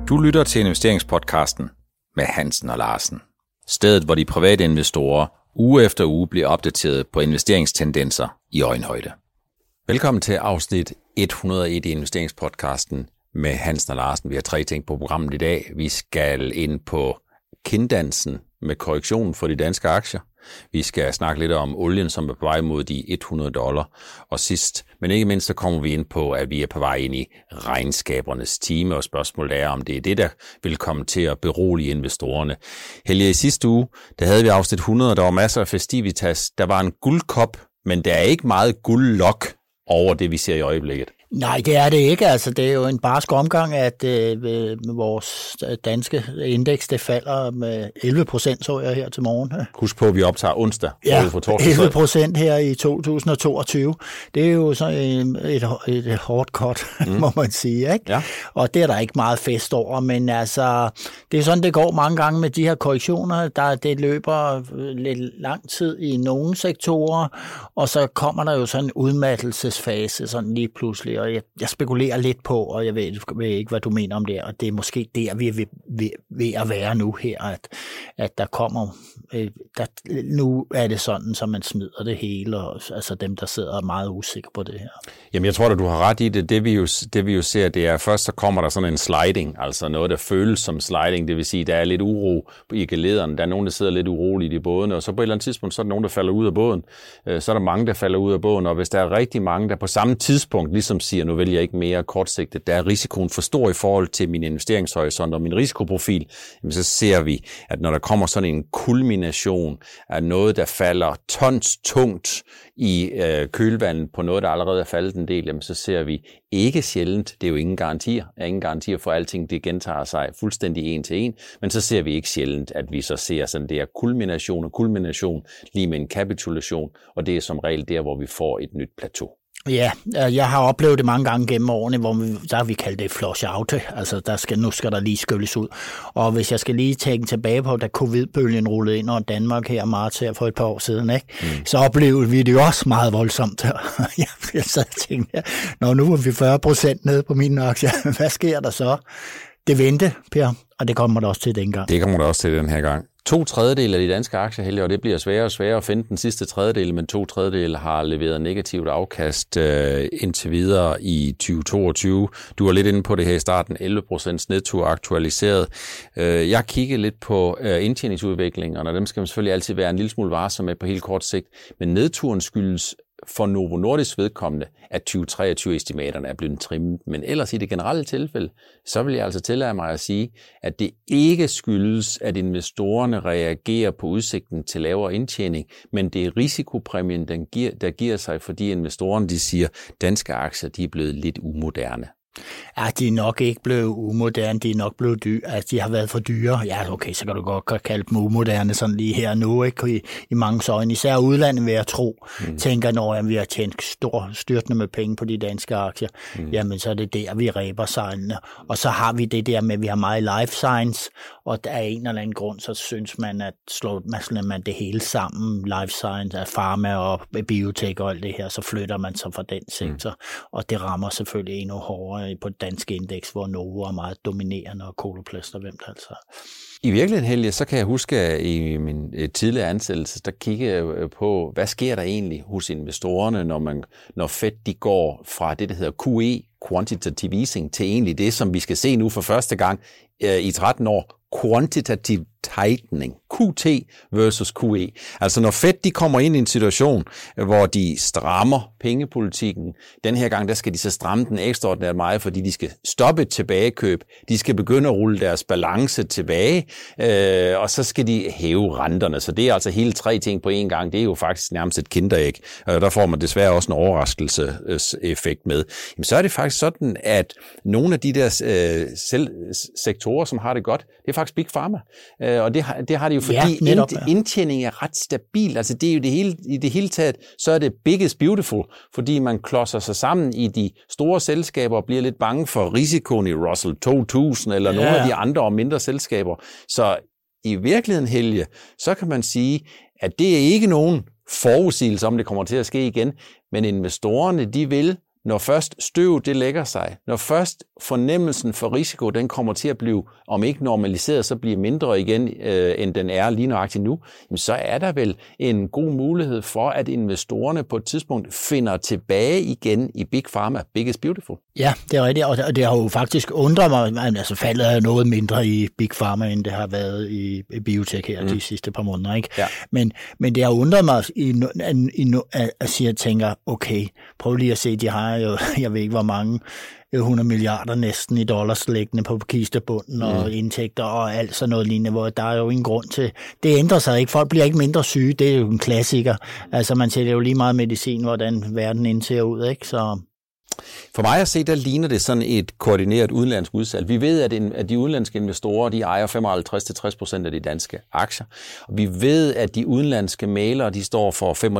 Du lytter til investeringspodcasten med Hansen og Larsen. Stedet, hvor de private investorer uge efter uge bliver opdateret på investeringstendenser i øjenhøjde. Velkommen til afsnit 101 i investeringspodcasten med Hansen og Larsen. Vi har 3 ting på programmet i dag. Vi skal ind på kinddansen med korrektionen for de danske aktier. Vi skal snakke lidt om olien, som er på vej mod de $100. Og sidst, men ikke mindst, så kommer vi ind på, at vi er på vej ind i regnskabernes time, og spørgsmålet er, om det er det, der vil komme til at berolige investorerne. Helge, i sidste uge, der havde vi afsnit 100, der var masser af festivitas. Der var en guldkop, men der er ikke meget guldlok over det, vi ser i øjeblikket. Nej, det er det ikke. Altså, det er jo en barsk omgang, at vores danske indeks, det falder med 11%, så jeg her til morgen. Husk på, at vi optager onsdag. Ja, 11% her i 2022. Det er jo så et hårdt cut, må man sige. Ikke? Ja. Og det er der ikke meget fest over, men altså, det er sådan, det går mange gange med de her korrektioner. Det løber lidt lang tid i nogle sektorer, og så kommer der jo sådan en udmattelsesfase, sådan lige pludselig. Og jeg spekulerer lidt på, og jeg ved ikke, hvad du mener om det, og det er måske der, vi er ved at være nu her, at der kommer, nu er det sådan, så man smider det hele, og altså dem, der sidder meget usikre på det her. Jamen, jeg tror da, du har ret i det. Det vi jo ser, det er, først så kommer der sådan en sliding, altså noget, der føles som sliding, det vil sige, der er lidt uro i gelederne, der er nogen, der sidder lidt uroligt i bådene, og så på et eller andet tidspunkt, så er der nogen, der falder ud af båden, så er der mange, der falder ud af båden, og hvis der er rigtig mange, der på samme tidspunkt ligesom siger, nu vælger jeg ikke mere kortsigtet, der er risikoen for stor i forhold til min investeringshorisont og min risikoprofil, jamen så ser vi, at når der kommer sådan en kulmination af noget, der falder tons tungt i kølvandet på noget, der allerede er faldet en del, jamen så ser vi ikke sjældent, det er jo ingen garantier for, at alting det gentager sig fuldstændig en til en, men så ser vi ikke sjældent, at vi så ser sådan det er kulmination lige med en kapitulation, og det er som regel der, hvor vi får et nyt plateau. Ja, jeg har oplevet det mange gange gennem årene, hvor der har vi kaldt det flush out, altså nu skal der lige skylles ud. Og hvis jeg skal lige tænke tilbage på, da covid-bølgen rullede ind over Danmark her marts her for et par år siden, ikke? Så oplevede vi det jo også meget voldsomt. Jeg sad og tænkte, nu er vi 40% nede på mine aktier, hvad sker der så? Det vendte, Per, og det kommer der også til dengang. Det kommer der også til den her gang. 2/3 af de danske aktier, Helge, og det bliver sværere og sværere at finde den sidste tredjedel, men 2/3 har leveret negativt afkast indtil videre i 2022. Du var lidt inde på det her i starten, 11% netto aktualiseret. Jeg kiggede lidt på indtjeningsudviklingen, og dem skal man selvfølgelig altid være en lille smule varsom med på helt kort sigt, men nedturen skyldes for Novo Nordisk vedkommende, at 2023-estimaterne er blevet trimmet. Men ellers i det generelle tilfælde, så vil jeg altså tillade mig at sige, at det ikke skyldes, at investorerne reagerer på udsigten til lavere indtjening, men det er risikopræmien, der giver sig, fordi investorerne de siger, at danske aktier de er blevet lidt umoderne. Ja, de er nok ikke blevet umoderne, de er nok blevet dyre, altså de har været for dyre. Ja, okay, så kan du godt kalde dem umoderne sådan lige her nu, ikke? I mange øjne. Især udlandet vil jeg tro, tænker, når vi har tjent styrtende med penge på de danske aktier, jamen så er det der, vi ræber sejlene. Og så har vi det der med, at vi har meget life science, og af en eller anden grund, så synes man, at slår man det hele sammen, life science, pharma og biotech og alt det her, så flytter man sig fra den sektor, og det rammer selvfølgelig endnu hårdere på det danske indeks, hvor Novo er meget dominerende, og Coloplast og hvem der altså. I virkeligheden, Helge, så kan jeg huske, at i min tidligere ansættelse, der kiggede jeg på, hvad sker der egentlig hos investorerne, når Fed de går fra det, der hedder QE, quantitative easing, til egentlig det, som vi skal se nu for første gang i 13 år, quantitative tightening, QT versus QE. Altså når Fed de kommer ind i en situation, hvor de strammer pengepolitikken, den her gang der skal de så stramme den ekstraordinært meget, fordi de skal stoppe et tilbagekøb, de skal begynde at rulle deres balance tilbage, og så skal de hæve renterne. Så det er altså hele 3 ting på én gang. Det er jo faktisk nærmest et kinderæg. Der får man desværre også en overraskelseseffekt med. Jamen, så er det faktisk sådan, at nogle af de der sektorer, som har det godt, det er faktisk Big Pharma. Og det har det jo, fordi indtjening er ret stabil. Altså det er jo i det hele taget, så er det big is beautiful, fordi man klodser sig sammen i de store selskaber og bliver lidt bange for risikoen i Russell 2000 eller nogle af de andre og mindre selskaber. Så i virkeligheden, Helge, så kan man sige, at det er ikke nogen forudsigelse om, det kommer til at ske igen, men investorerne, de vil når først støv det lægger sig, når først fornemmelsen for risiko, den kommer til at blive, om ikke normaliseret, så bliver mindre igen, end den er lige nøjagtigt nu, så er der vel en god mulighed for, at investorerne på et tidspunkt finder tilbage igen i Big Pharma. Big is beautiful. Ja, det er rigtigt, og det har jo faktisk undret mig, altså faldet er noget mindre i Big Pharma, end det har været i biotech her de sidste par måneder, ikke? Ja. Men det har undret mig at jeg tænker, okay, prøv lige at se, de har jo, jeg ved ikke hvor mange, 100 milliarder næsten i dollars liggende på kistebunden og indtægter og alt sådan noget lignende, hvor der er jo ingen grund til. Det ændrer sig ikke. Folk bliver ikke mindre syge. Det er jo en klassiker. Altså man ser jo lige meget medicin, hvordan verden indser ud, ikke? Så for mig at se, der ligner det sådan et koordineret udenlandsk udsalg. Vi ved, at de udenlandske investorer, de ejer 55-60% af de danske aktier. Og vi ved, at de udenlandske mælere, de står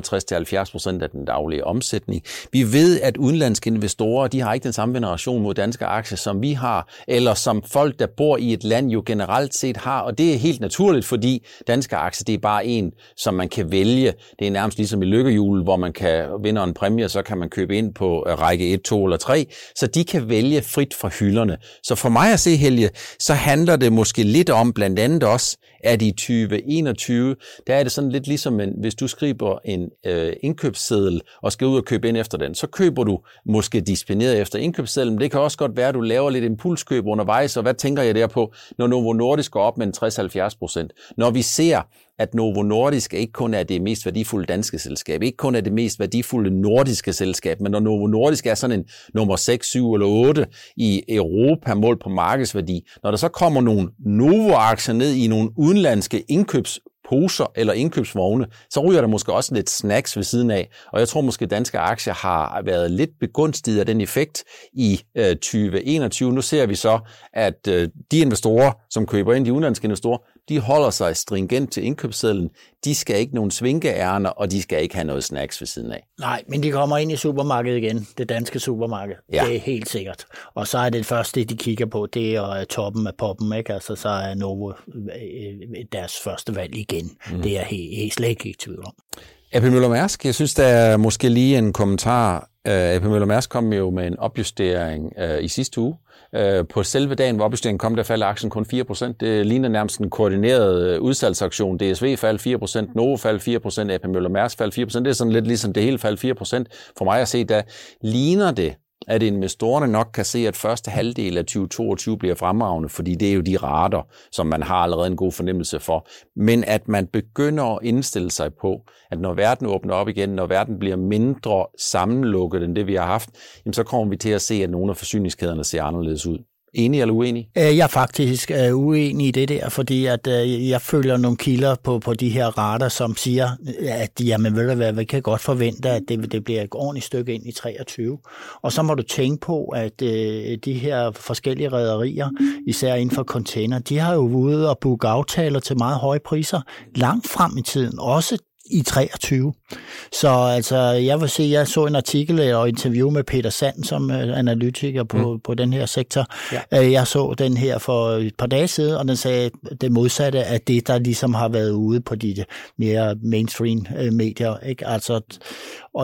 for 65-70% af den daglige omsætning. Vi ved, at udenlandske investorer, de har ikke den samme veneration mod danske aktier, som vi har, eller som folk, der bor i et land, jo generelt set har. Og det er helt naturligt, fordi danske aktier, det er bare en, som man kan vælge. Det er nærmest ligesom i lykkehjulet, hvor man kan vinde en præmie, så kan man købe ind på række 1, 2 eller 3, så de kan vælge frit fra hylderne. Så for mig at se, Helge, så handler det måske lidt om, blandt andet også, at i 2021, der er det sådan lidt ligesom, hvis du skriver en indkøbsseddel og skal ud og købe ind efter den, så køber du måske disciplineret efter indkøbssedlen, men det kan også godt være, at du laver lidt impulskøb undervejs, og hvad tænker jeg derpå, når Novo Nordisk går op med en 60-70%? Når vi ser, at Novo Nordisk ikke kun er det mest værdifulde danske selskab, ikke kun er det mest værdifulde nordiske selskab, men når Novo Nordisk er sådan en nummer 6, 7 eller 8 i Europa målt på markedsværdi, når der så kommer nogle Novo-aktier ned i nogle udenlandske indkøbsposer eller indkøbsvogne, så ryger der måske også lidt snacks ved siden af. Og jeg tror måske, at danske aktier har været lidt begunstiget af den effekt i 2021. Nu ser vi så, at de investorer, som køber ind, de udenlandske investorer, de holder sig stringent til indkøbssedlen. De skal ikke nogen svinkeærner, og de skal ikke have noget snacks ved siden af. Nej, men de kommer ind i supermarkedet igen, det danske supermarked. Ja. Det er helt sikkert. Og så er det første, de kigger på, det er toppen af poppen, ikke? Altså så er Novo deres første valg igen. Det er helt slet ikke i tvivl om. AP Møller Mærsk, jeg synes, der er måske lige en kommentar. AP Møller Mærsk kom jo med en opjustering i sidste uge. På selve dagen, hvor opjusteringen kom, der faldt aktien kun 4%. Det ligner nærmest en koordineret udsalgsaktion. DSV faldt 4%, Novo faldt 4%, AP Møller Mærsk faldt 4%. Det er sådan lidt ligesom det hele faldt 4%. For mig at se, der ligner det, at investorerne nok kan se, at første halvdel af 2022 bliver fremragende, fordi det er jo de rater, som man har allerede en god fornemmelse for. Men at man begynder at indstille sig på, at når verden åbner op igen, når verden bliver mindre sammenlukket end det, vi har haft, jamen så kommer vi til at se, at nogle af forsyningskæderne ser anderledes ud. Enig eller uenig? Jeg er faktisk uenig i det der, fordi at jeg følger nogle kilder på de her rater, som siger, at jamen, ved du hvad, vi kan godt forvente, at det bliver et ordentligt stykke ind i 23. Og så må du tænke på, at de her forskellige rederier, især inden for container, de har jo ude og booke aftaler til meget høje priser langt frem i tiden, også i 23. Så altså, jeg vil sige, jeg så en artikel og interview med Peter Sand som analytiker på den her sektor. Ja. Jeg så den her for et par dage siden, og den sagde det modsatte af det, der ligesom har været ude på de mere mainstream medier. Ikke? Altså, og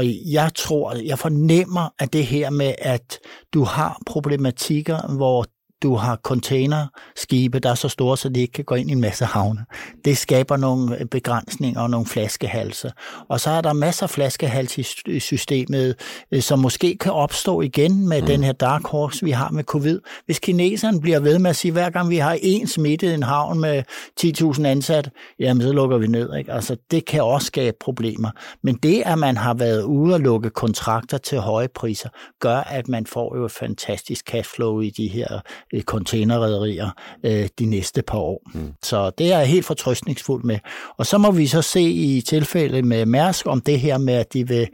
jeg fornemmer, at det her med, at du har problematikker, hvor du har containerskibe, der er så store, så de ikke kan gå ind i en masse havne. Det skaber nogle begrænsninger og nogle flaskehalse. Og så er der masser af flaskehals i systemet, som måske kan opstå igen med den her dark horse, vi har med covid. Hvis kineserne bliver ved med at sige, hver gang vi har en smittet i en havn med 10.000 ansatte, jamen så lukker vi ned. Ikke? Altså, det kan også skabe problemer. Men det, at man har været ude og lukke kontrakter til høje priser, gør, at man får jo et fantastisk cashflow i de her containerrederier de næste par år. Så det er jeg helt fortrøstningsfuld med. Og så må vi så se i tilfælde med Mærsk om det her med, at de vil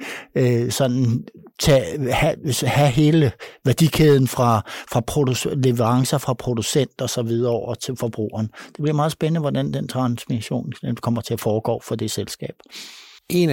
sådan have hele værdikæden fra leverancer fra producent og så videre over til forbrugeren. Det bliver meget spændende, hvordan den transmission kommer til at foregå for det selskab. En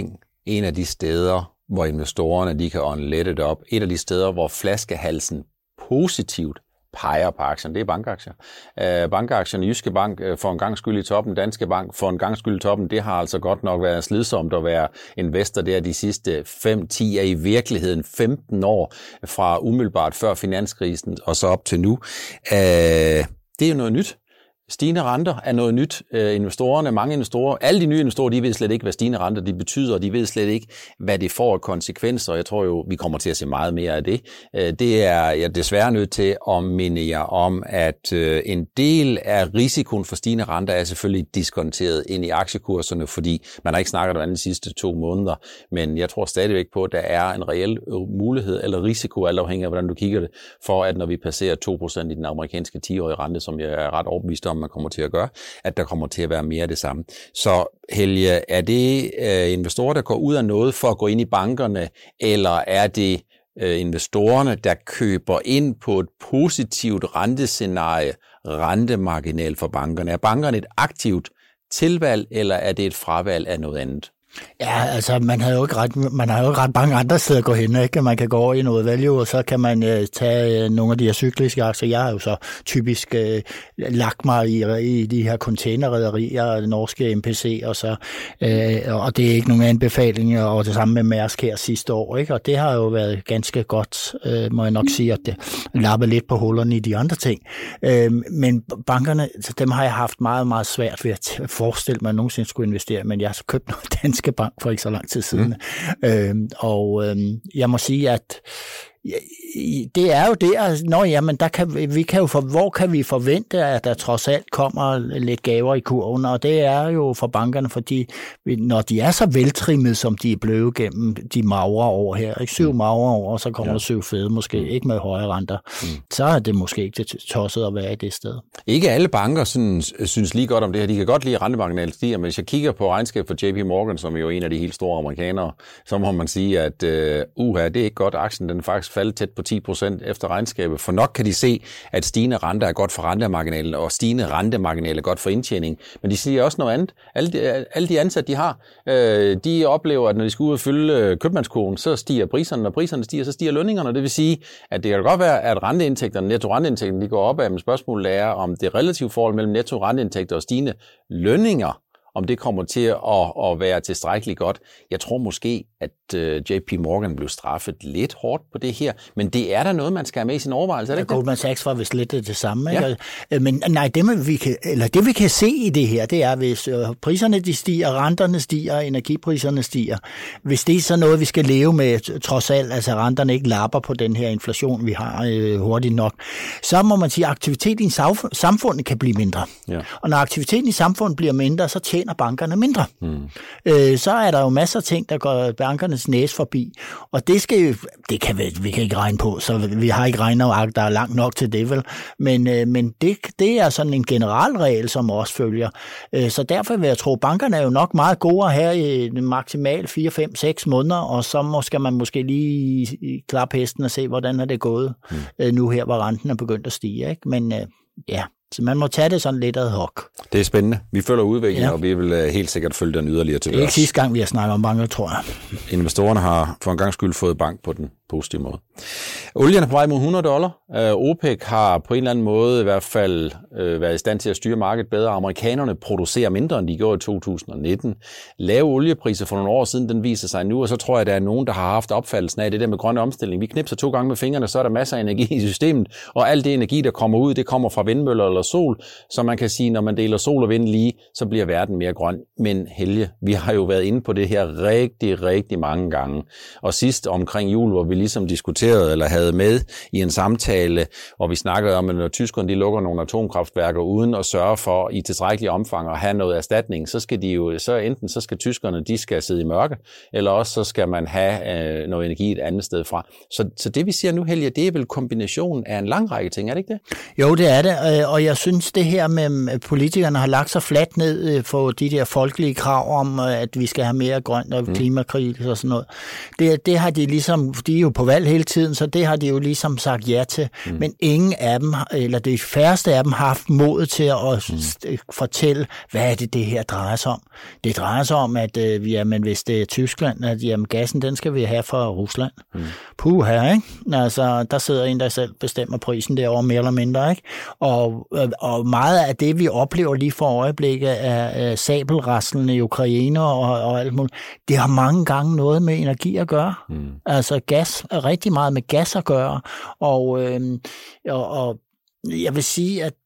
af de steder, hvor investorerne de kan ånde lettet op, et af de steder, hvor flaskehalsen positivt peger på aktierne, det er bankaktier. Bankaktierne, Jyske Bank for en gang skyld i toppen, Danske Bank for en gang skyld i toppen, det har altså godt nok været slidsomt at være investor der de sidste 5-10 er i virkeligheden 15 år fra umiddelbart før finanskrisen og så op til nu. Det er jo noget nyt. Stigende renter er noget nyt. Investorerne, mange investorer, alle de nye investorer, de ved slet ikke, hvad stigende renter de betyder, og de ved slet ikke, hvad det får af konsekvenser. Jeg tror jo, vi kommer til at se meget mere af det. Det er jeg desværre nødt til at minde jer om, at en del af risikoen for stigende renter er selvfølgelig diskonteret ind i aktiekurserne, fordi man har ikke snakket om det de sidste 2 måneder, men jeg tror stadigvæk på, at der er en reel mulighed eller risiko, alt afhængig af, hvordan du kigger det, for at når vi passerer 2% i den amerikanske 10-årige rente, som jeg er ret overbevist om, man kommer til at gøre, at der kommer til at være mere af det samme. Så Helge, er det investorer, der går ud af noget for at gå ind i bankerne, eller er det investorerne, der køber ind på et positivt rentescenarie, rentemarginal for bankerne? Er bankerne et aktivt tilvalg, eller er det et fravalg af noget andet? Ja, altså man har jo ikke ret mange andre steder at gå hen, ikke? Man kan gå over i noget value, og så kan man tage nogle af de her cykliske aktier. Jeg har jo så typisk lagt mig i de her containerrederier, norske MPC, og det er ikke nogen anbefalinger, og det samme med Mærsk her sidste år, ikke? Og det har jo været ganske godt, må jeg nok sige, at det lapper lidt på hullerne i de andre ting. Men bankerne, dem har jeg haft meget, meget svært ved at forestille mig, at jeg nogensinde skulle investere, men jeg har så købt noget Danske Bank for ikke så lang tid siden. Jeg må sige, at det er jo det, men hvor kan vi forvente, at der trods alt kommer lidt gaver i kurven, og det er jo for bankerne, fordi når de er så veltrimmet, som de er blevet gennem de magre år her, ikke 7 magre år, så kommer der 7 fede, måske ikke med høje renter, så er det måske ikke tosset at være i det sted. Ikke alle banker synes lige godt om det her. De kan godt lide rentemarginal stiger, men hvis jeg kigger på regnskab for JP Morgan, som er jo en af de helt store amerikanere, så må man sige, at det er ikke godt. Aktien den faktisk faldet tæt på 10% efter regnskabet, for nok kan de se, at stigende renter er godt for rentemarginalen, og stigende rentemarginal er godt for indtjening. Men de siger også noget andet. Alle de ansatte, de har, de oplever, at når de skal ud og fylde købmandskurven, så stiger priserne. Når priserne stiger, så stiger lønningerne. Det vil sige, at det kan godt være, at renteindtægterne, netto-renteindtægterne, de går opad, men spørgsmålet er, om det relative forhold mellem netto-renteindtægter og stigende lønninger, om det kommer til at være tilstrækkeligt godt. Jeg tror måske, at JP Morgan blev straffet lidt hårdt på det her, men det er da noget, man skal have med i sin overvejelse. Goldman Sachs var vist lidt det samme. Ja. Ikke? Men nej, det vi kan se i det her, det er, hvis priserne de stiger, renterne stiger, energipriserne stiger. Hvis det er så noget, vi skal leve med, trods alt, altså renterne ikke lapper på den her inflation, vi har hurtigt nok, så må man sige, at aktiviteten i samfundet kan blive mindre. Ja. Og når aktiviteten i samfundet bliver mindre, så tjener bankerne mindre. Så er der jo masser af ting, der går bankernes næse forbi. Og vi kan ikke regne på, så vi har ikke regnet, der er langt nok til det, vel? Men det er sådan en generalregel, som også følger. Så derfor vil jeg tro, at bankerne er jo nok meget gode her i maksimalt 4, 5, 6 måneder, og så skal man måske lige klappe hesten og se, hvordan er det gået nu her, hvor renten er begyndt at stige. Ikke? Men så man må tage det sådan lidt ad hoc. Det er spændende. Vi følger udviklingen, og vi vil helt sikkert følge den yderligere til. Det er ikke sidste gang, vi har snakket om banker, tror jeg. Investorerne har for en gang skyld fået bank på den positive måde. Olien er på vej mod $100. OPEC har på en eller anden måde i hvert fald været i stand til at styre markedet bedre. Amerikanerne producerer mindre, end de gjorde i 2019. Lave oliepriser for nogle år siden, den viser sig nu, og så tror jeg, at der er nogen, der har haft opfattelsen af det der med grønne omstilling. Vi knipser 2 gange med fingrene, så er der masser af energi i systemet, og al det energi, der kommer ud, det kommer fra vindmøller eller sol, så man kan sige, når man deler sol og vind lige, så bliver verden mere grøn. Men Helge, vi har jo været inde på det her rigtig, rigtig mange gange. Og sidst omkring jul, hvor vi ligesom diskuterede eller havde med i en samtale, hvor vi snakkede om, at når tyskerne de lukker nogle atomkraftværker uden at sørge for i tilstrækkelig omfang at have noget erstatning, så skal de jo, så skal tyskerne, de skal sidde i mørke, eller også så skal man have noget energi et andet sted fra. Så det vi siger nu, Helge, det er vel kombinationen af en lang række ting, er det ikke det? Jo, det er det, og jeg synes det her med, at politikerne har lagt sig fladt ned for de der folkelige krav om, at vi skal have mere grønt og klimakrig og sådan noget. Det har de ligesom, de er jo jo på valg hele tiden, så det har de jo ligesom sagt ja til. Men ingen af dem, eller de færreste af dem, har haft mod til at fortælle, hvad er det her drejer sig om. Det drejer sig om, at jamen, hvis det er Tyskland, at jamen, gassen, den skal vi have fra Rusland. Puha, ikke? Altså, der sidder en, der selv bestemmer prisen derovre, mere eller mindre, ikke? Og meget af det, vi oplever lige for øjeblikket, er sabelraslen i Ukraine og alt muligt. Det har mange gange noget med energi at gøre. Altså gas er rigtig meget med gas at gøre. Og jeg vil sige, at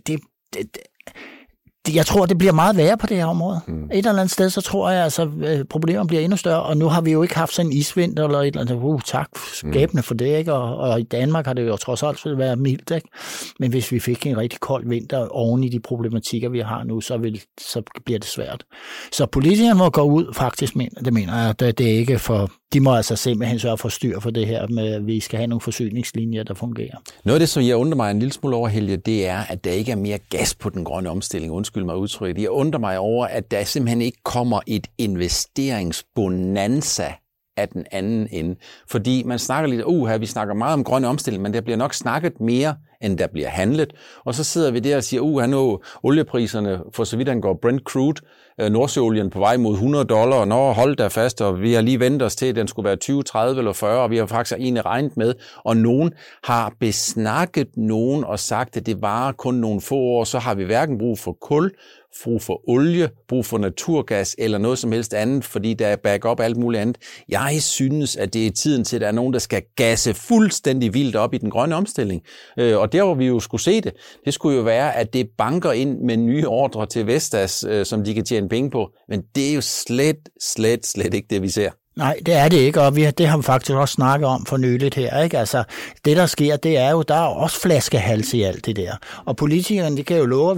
jeg tror, det bliver meget værre på det her område. Et eller andet sted, så tror jeg, altså problemerne bliver endnu større, og nu har vi jo ikke haft sådan en isvinter eller et eller andet. Tak, skæbne for det, ikke? Og i Danmark har det jo trods alt været mildt, ikke? Men hvis vi fik en rigtig kold vinter oven i de problematikker, vi har nu, så bliver det svært. Så politikerne må gå ud, faktisk, det mener jeg, at det er ikke for... De må altså simpelthen sørge for styr for det her med, at vi skal have nogle forsyningslinjer, der fungerer. Noget af det, som jeg undrer mig en lille smule over, Helge, det er, at der ikke er mere gas på den grønne omstilling. Undskyld mig udtrykket. Jeg undrer mig over, at der simpelthen ikke kommer et investeringsbonanza af den anden ende. Fordi man snakker lidt, vi snakker meget om grøn omstilling, men der bliver nok snakket mere, end der bliver handlet. Og så sidder vi der og siger, nu oliepriserne, for så vidt angår Brent Crude, Nordsøolien på vej mod $100, og hold der fast, og vi har lige ventet os til, at den skulle være 20, 30 eller 40, og vi har faktisk egentlig regnet med, og nogen har besnakket nogen og sagt, at det varer kun nogle få år, så har vi hverken brug for kul, brug for olie, brug for naturgas eller noget som helst andet, fordi der er backup alt muligt andet. Jeg synes, at det er tiden til, at der er nogen, der skal gasse fuldstændig vildt op i den grønne omstilling. Og der, hvor vi jo skulle se det skulle jo være, at det banker ind med nye ordre til Vestas, som de kan tjene penge på. Men det er jo slet ikke det, vi ser. Nej, det er det ikke, og det har vi faktisk også snakket om for nyligt her, ikke? Altså, det der sker, det er jo, der er også flaskehals i alt det der. Og politikerne, det kan jo love, at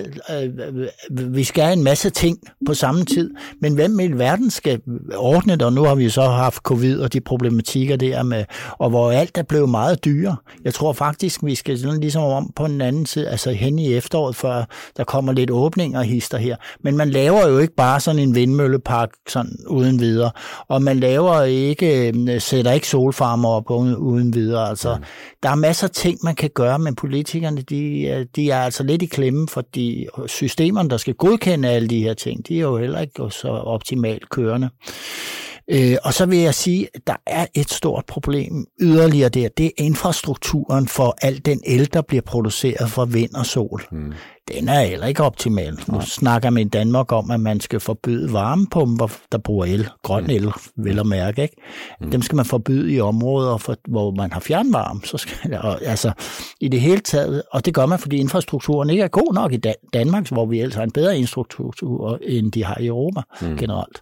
vi skal have en masse ting på samme tid. Men hvem i verden skal ordne det? Og nu har vi så haft covid og de problematikker der med, og hvor alt er blevet meget dyre. Jeg tror faktisk, vi skal sådan ligesom om på den anden side, altså hen i efteråret, før der kommer lidt åbninger og hister her. Men man laver jo ikke bare sådan en vindmøllepark sådan uden videre. Og man sætter ikke solfarmer op uden videre. Altså, der er masser af ting, man kan gøre, men politikerne, de er altså lidt i klemme, fordi systemerne, der skal godkende alle de her ting, de er jo heller ikke så optimalt kørende. Og så vil jeg sige, at der er et stort problem yderligere der. Det er infrastrukturen for al den el, der bliver produceret fra vind og sol. Den er heller ikke optimal. Nu snakker man i Danmark om, at man skal forbyde varmepumper, der bruger el. Grøn el, vel at mærke, ikke? Dem skal man forbyde i områder, hvor man har fjernvarme. Så skal altså i det hele taget, og det gør man, fordi infrastrukturen ikke er god nok i Danmark, hvor vi ellers har en bedre infrastruktur, end de har i Europa generelt.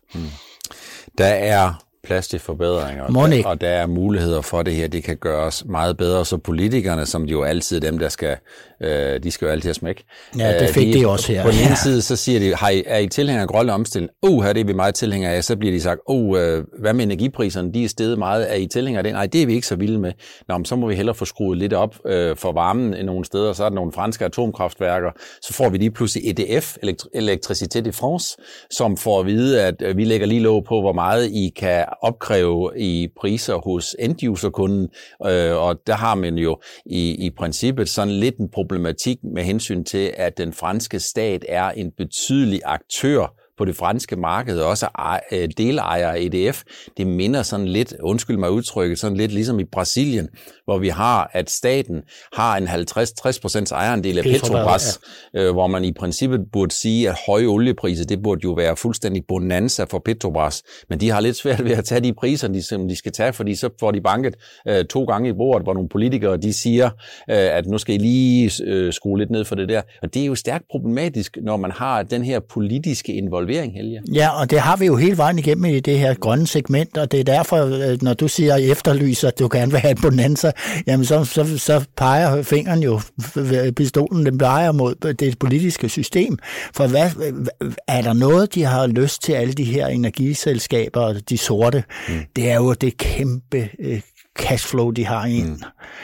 Der er plads til forbedringer, og der er muligheder for det her. Det kan gøres meget bedre, så politikerne, som jo altid dem, der skal, de skal jo altid have smæk. Ja, det fik de også her. På den ene side, så siger de, er I tilhængere af grønne omstilling? Her det er vi meget tilhængere af. Så bliver de sagt, hvad med energipriserne? De er steget meget. Er I tilhængere af det? Nej, det er vi ikke så vilde med. Nå, men så må vi hellere få skruet lidt op for varmen i nogle steder. Så er der nogle franske atomkraftværker. Så får vi lige pludselig EDF, Electricité de France, som får at vide, at vi lægger lige låg på, hvor meget I kan opkræve i priser hos end-user-kunden, og der har man jo i princippet sådan lidt en problematik med hensyn til, at den franske stat er en betydelig aktør på det franske marked, og også delejer af EDF. Det minder sådan lidt, undskyld mig udtrykket, sådan lidt ligesom i Brasilien, hvor vi har, at staten har en 50-60% ejerandel af Petrobras, hvor man i princippet burde sige, at høje oliepriser, det burde jo være fuldstændig bonanza for Petrobras. Men de har lidt svært ved at tage de priser, som de skal tage, fordi så får de banket 2 gange i bordet, hvor nogle politikere, de siger, at nu skal I lige skrue lidt ned for det der. Og det er jo stærkt problematisk, når man har den her politiske involvering. Helge. Ja, og det har vi jo hele vejen igennem i det her grønne segment, og det er derfor, når du siger efterlyser, at du gerne vil have en bonanza, jamen så peger fingeren jo, pistolen, den peger mod det politiske system. For hvad er der noget, de har lyst til, alle de her energiselskaber, de sorte? Det er jo det kæmpe cashflow, de har ind.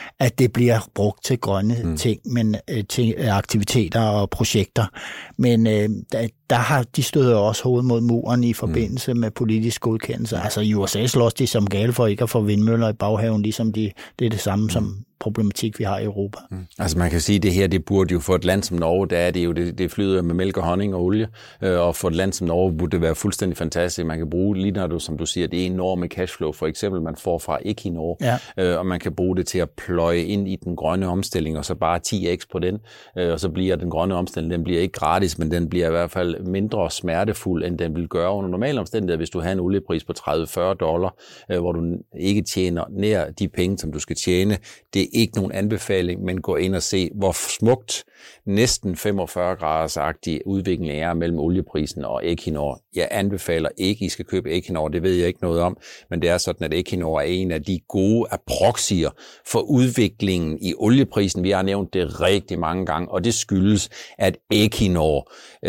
at det bliver brugt til grønne ting, men til aktiviteter og projekter. Men der har de støder også hovedet mod muren i forbindelse med politisk godkendelse. Altså i USA slås de som gale for ikke at få vindmøller i baghaven, ligesom det er det samme som problematik, vi har i Europa. Altså man kan sige, at det her, det burde jo for et land som Norge, der er det jo, det flyder med mælk og honning og olie, og for et land som Norge burde det være fuldstændig fantastisk. Man kan bruge lige når du, som du siger, det er enorme cashflow, for eksempel man får fra Equinor, og man kan bruge det til at pløje ind i den grønne omstilling, og så bare 10x på den, og så bliver den grønne omstilling, den bliver ikke gratis, men den bliver i hvert fald mindre smertefuld, end den vil gøre under normale omstændigheder, hvis du har en oliepris på $30-40, hvor du ikke tjener nær de penge, som du skal tjene. Det er ikke nogen anbefaling, men gå ind og se, hvor smukt næsten 45-graders-agtig udvikling er mellem olieprisen og Equinor. Jeg anbefaler ikke, I skal købe Equinor, det ved jeg ikke noget om, men det er sådan, at Equinor er en af de gode approxier for udviklingen i olieprisen. Vi har nævnt det rigtig mange gange, og det skyldes, at Equinor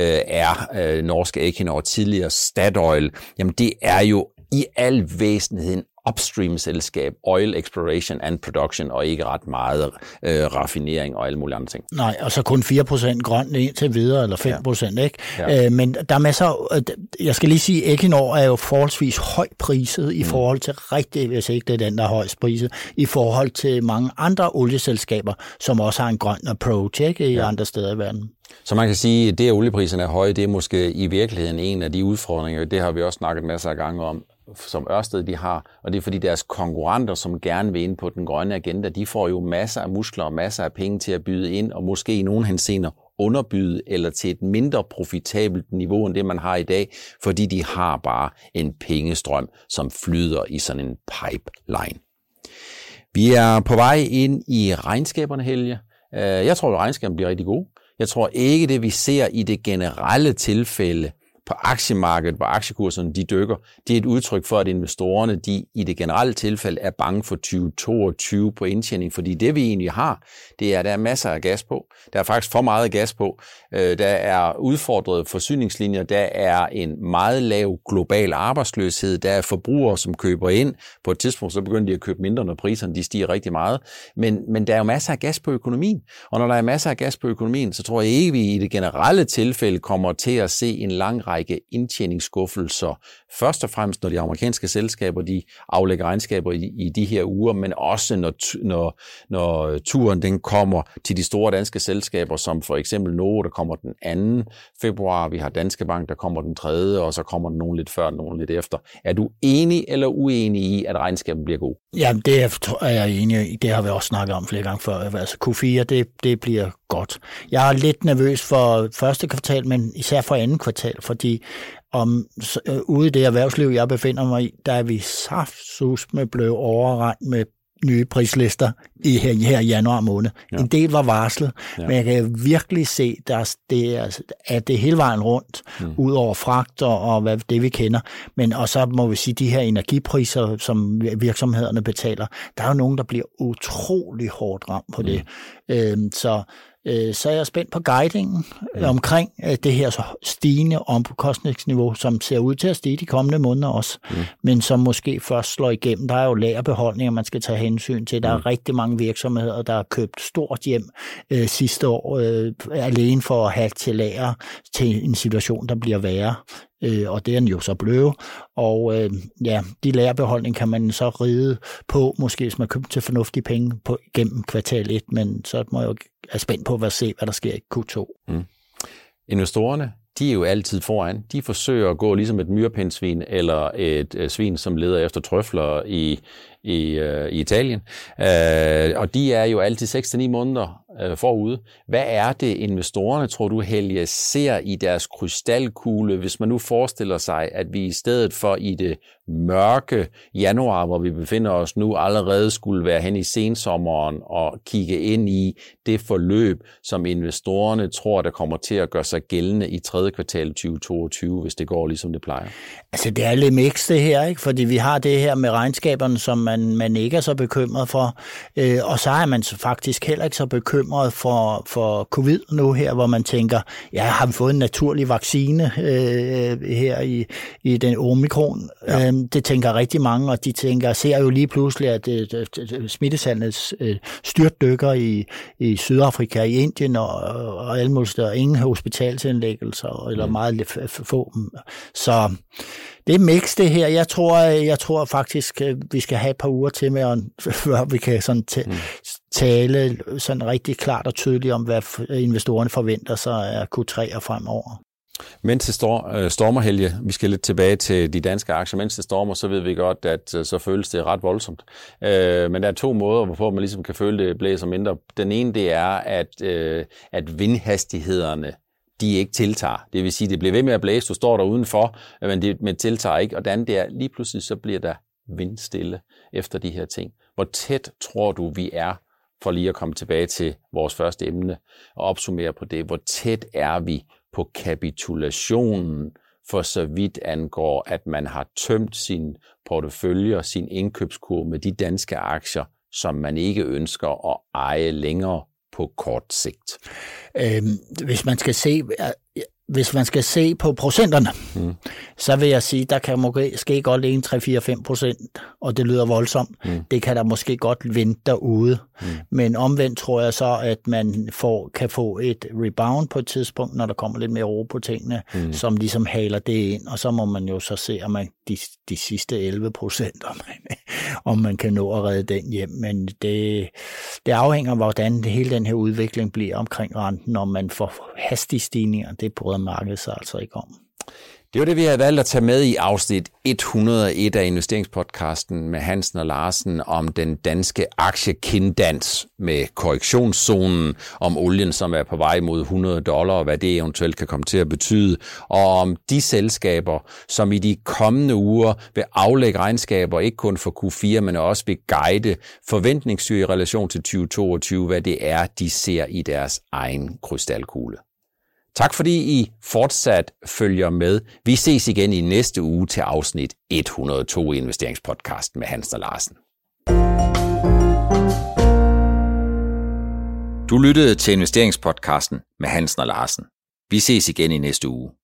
norske Equinor, tidligere Statoil, jamen det er jo i al væsentlighed en upstream-selskab, oil exploration and production, og ikke ret meget raffinering og alle mulige andre ting. Nej, og så kun 4% grønt indtil videre, eller 5%, ikke? Ja. Men der er masser, jeg skal lige sige, Equinor er jo forholdsvis højt priset i forhold til hvis ikke det er den, der er højst priset, i forhold til mange andre olieselskaber, som også har en grøn approach, ikke? I andre steder i verden. Så man kan sige, at det, at oliepriserne er høje, det er måske i virkeligheden en af de udfordringer, det har vi også snakket masser af gange om, som Ørsted de har, og det er fordi deres konkurrenter, som gerne vil ind på den grønne agenda, de får jo masser af muskler og masser af penge til at byde ind, og måske i nogle henseender underbyde eller til et mindre profitabelt niveau end det, man har i dag, fordi de har bare en pengestrøm, som flyder i sådan en pipeline. Vi er på vej ind i regnskaberne, Helge. Jeg tror, at regnskaberne bliver rigtig gode. Jeg tror ikke, det vi ser i det generelle tilfælde på aktiemarkedet, hvor aktiekurserne de dykker, det er et udtryk for, at investorerne de i det generelle tilfælde er bange for 2022 på indtjening, fordi det vi egentlig har, det er, at der er masser af gas på. Der er faktisk for meget gas på. Der er udfordrede forsyningslinjer, der er en meget lav global arbejdsløshed, der er forbrugere, som køber ind. På et tidspunkt så begynder de at købe mindre, når priserne de stiger rigtig meget. Men der er jo masser af gas på økonomien, og når der er masser af gas på økonomien, så tror jeg ikke, vi i det generelle tilfælde kommer til at se en lang række indtjeningsskuffelser. Først og fremmest, når de amerikanske selskaber de aflægger regnskaber i de her uger, men også når turen den kommer til de store danske selskaber, som for eksempel Novo, der kommer den 2. februar, vi har Danske Bank, der kommer den 3., og så kommer der nogen lidt før, nogen lidt efter. Er du enig eller uenig i, at regnskabet bliver god? Jamen, det er jeg enig i. Det har vi også snakket om flere gange før. Altså Q4, det bliver godt. Jeg er lidt nervøs for første kvartal, men især for andet kvartal, fordi ude i det erhvervsliv, jeg befinder mig i, der er vi saftsusme blevet overrendt med nye prislister her i januar måned. Ja. En del var varslet, men jeg kan virkelig se, at det er hele vejen rundt, ud over fragter og hvad det vi kender. Men og så må vi sige, de her energipriser, som virksomhederne betaler, der er jo nogen, der bliver utrolig hårdt ramt på det. Så er jeg spændt på guidingen omkring det her stigende omkostningsniveau, som ser ud til at stige de kommende måneder også, men som måske først slår igennem. Der er jo lagerbeholdninger, man skal tage hensyn til. Der er rigtig mange virksomheder, der har købt stort hjem sidste år, alene for at have til lager til en situation, der bliver værre. Og det er den jo så blevet. Og de lagerbeholdning kan man så ride på, måske hvis man køber til fornuftige penge gennem kvartal 1, men så må jeg jo er spændt på at se, hvad der sker i Q2. Investorerne, de er jo altid foran. De forsøger at gå ligesom et myrepindsvin eller et svin, som leder efter trøfler i Italien. Og de er jo altid 6-9 måneder forude. Hvad er det, investorerne, tror du, Helge, ser i deres krystalkugle, hvis man nu forestiller sig, at vi i stedet for i det mørke januar, hvor vi befinder os nu, allerede skulle være hen i sensommeren og kigge ind i det forløb, som investorerne tror, der kommer til at gøre sig gældende i 3. kvartal 2022, hvis det går ligesom det plejer? Altså, det er lidt mixed det her, ikke? Fordi vi har det her med regnskaberne, som man ikke er så bekymret for, og så er man faktisk heller ikke så bekymret bekymret for covid nu her, hvor man tænker, ja, har vi fået en naturlig vaccine her i den omikron? Ja. Det tænker rigtig mange, og de ser jo lige pludselig, at smittetallene styrtdykker i Sydafrika, i Indien og alle mulige steder. Ingen hospitalsindlæggelser, eller meget få. Så det er mix det her. Jeg tror faktisk, vi skal have et par uger til med, før vi kan sådan tale sådan rigtig klart og tydeligt om, hvad investorerne forventer sig af Q3 og fremover. Mens det stormer, Helge, vi skal lidt tilbage til de danske aktier. Mens det stormer, så ved vi godt, at så føles det ret voldsomt. Men der er 2 måder, hvorpå man ligesom kan føle, det blæser mindre. Den ene, det er, at vindhastighederne, de ikke tiltager. Det vil sige, det bliver ved med at blæse, du står der udenfor, men tiltager ikke. Og det andet, det er, lige pludselig så bliver der vindstille efter de her ting. Hvor tæt tror du, vi er, for lige at komme tilbage til vores første emne og opsummere på det, hvor tæt er vi på kapitulationen, for så vidt angår, at man har tømt sin portefølje og sin indkøbskurve med de danske aktier, som man ikke ønsker at eje længere på kort sigt? Hvis man skal se på procenterne, så vil jeg sige, der kan måske godt ligge 3-4-5%, og det lyder voldsomt. Det kan der måske godt vente derude. Men omvendt tror jeg så, at man kan få et rebound på et tidspunkt, når der kommer lidt mere ro på tingene, som ligesom haler det ind, og så må man jo så se, om man de sidste 11%, om man kan nå at redde den hjem. Men det afhænger af, hvordan hele den her udvikling bliver omkring renten, når man får hastige stigninger. Det bryder markedet sig altså ikke om. Det var det, vi havde valgt at tage med i afsnit 101 af investeringspodcasten med Hansen og Larsen om den danske aktiekindans med korrektionszonen, om olien, som er på vej mod $100, og hvad det eventuelt kan komme til at betyde, og om de selskaber, som i de kommende uger vil aflægge regnskaber, ikke kun for Q4, men også vil guide forventningsstyr i relation til 2022, hvad det er, de ser i deres egen krystalkugle. Tak fordi I fortsat følger med. Vi ses igen i næste uge til afsnit 102 i investeringspodcasten med Hansen og Larsen. Du lyttede til investeringspodcasten med Hansen og Larsen. Vi ses igen i næste uge.